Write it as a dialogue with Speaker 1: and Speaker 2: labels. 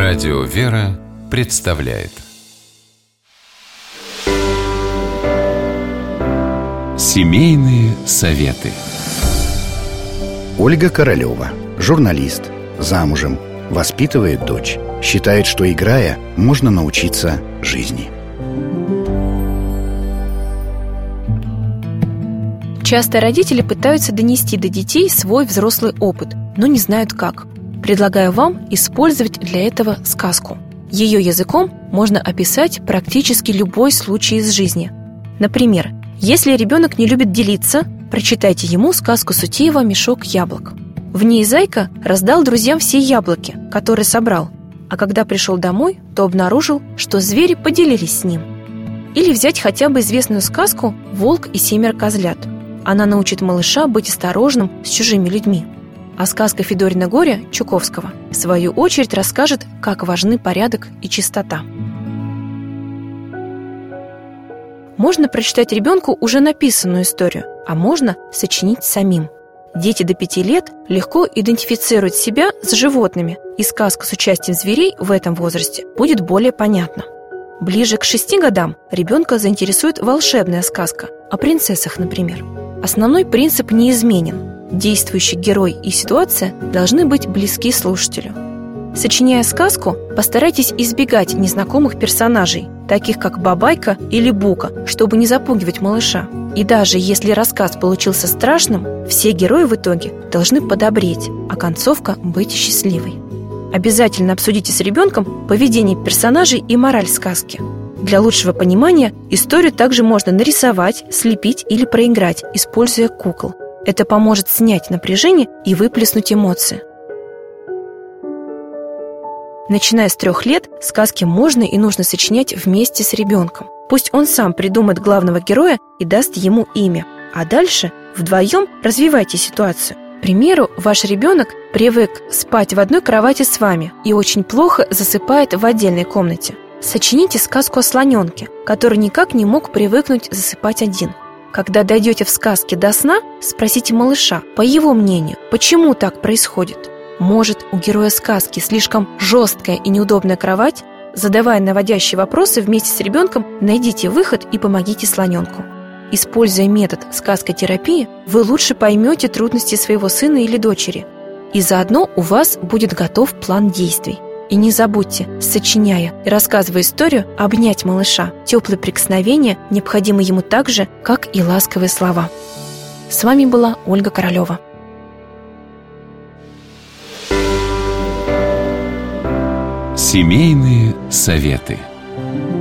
Speaker 1: Радио «Вера» представляет Семейные советы.
Speaker 2: Ольга Королева, журналист, замужем, воспитывает дочь. Считает, что играя, можно научиться жизни.
Speaker 3: Часто родители пытаются донести до детей свой взрослый опыт, но не знают как. Предлагаю вам использовать для этого сказку. Ее языком можно описать практически любой случай из жизни. Например, если ребенок не любит делиться, прочитайте ему сказку Сутеева «Мешок яблок». В ней зайка раздал друзьям все яблоки, которые собрал, а когда пришел домой, то обнаружил, что звери поделились с ним. Или взять хотя бы известную сказку «Волк и 7 козлят». Она научит малыша быть осторожным с чужими людьми. А сказка Федорина Горя Чуковского, в свою очередь, расскажет, как важны порядок и чистота. Можно прочитать ребенку уже написанную историю, а можно сочинить самим. Дети до 5 лет легко идентифицируют себя с животными, и сказка с участием зверей в этом возрасте будет более понятна. Ближе к 6 годам ребенка заинтересует волшебная сказка, о принцессах, например. Основной принцип неизменен. Действующий герой и ситуация должны быть близки слушателю. Сочиняя сказку, постарайтесь избегать незнакомых персонажей, таких как Бабайка или Бука, чтобы не запугивать малыша. И даже если рассказ получился страшным, все герои в итоге должны подобреть, а концовка быть счастливой. Обязательно обсудите с ребенком поведение персонажей и мораль сказки. Для лучшего понимания историю также можно нарисовать, слепить или проиграть, используя кукол. Это поможет снять напряжение и выплеснуть эмоции. Начиная с 3 лет, сказки можно и нужно сочинять вместе с ребенком. Пусть он сам придумает главного героя и даст ему имя. А дальше вдвоем развивайте ситуацию. К примеру, ваш ребенок привык спать в одной кровати с вами и очень плохо засыпает в отдельной комнате. Сочините сказку о слоненке, который никак не мог привыкнуть засыпать один. Когда дойдете в сказке до сна, спросите малыша, по его мнению, почему так происходит. Может, у героя сказки слишком жесткая и неудобная кровать? Задавая наводящие вопросы вместе с ребенком, найдите выход и помогите слоненку. Используя метод сказкотерапии, вы лучше поймете трудности своего сына или дочери. И заодно у вас будет готов план действий. И не забудьте, сочиняя и рассказывая историю, обнять малыша. Теплые прикосновения необходимы ему так же, как и ласковые слова. С вами была Ольга Королева.
Speaker 1: Семейные советы.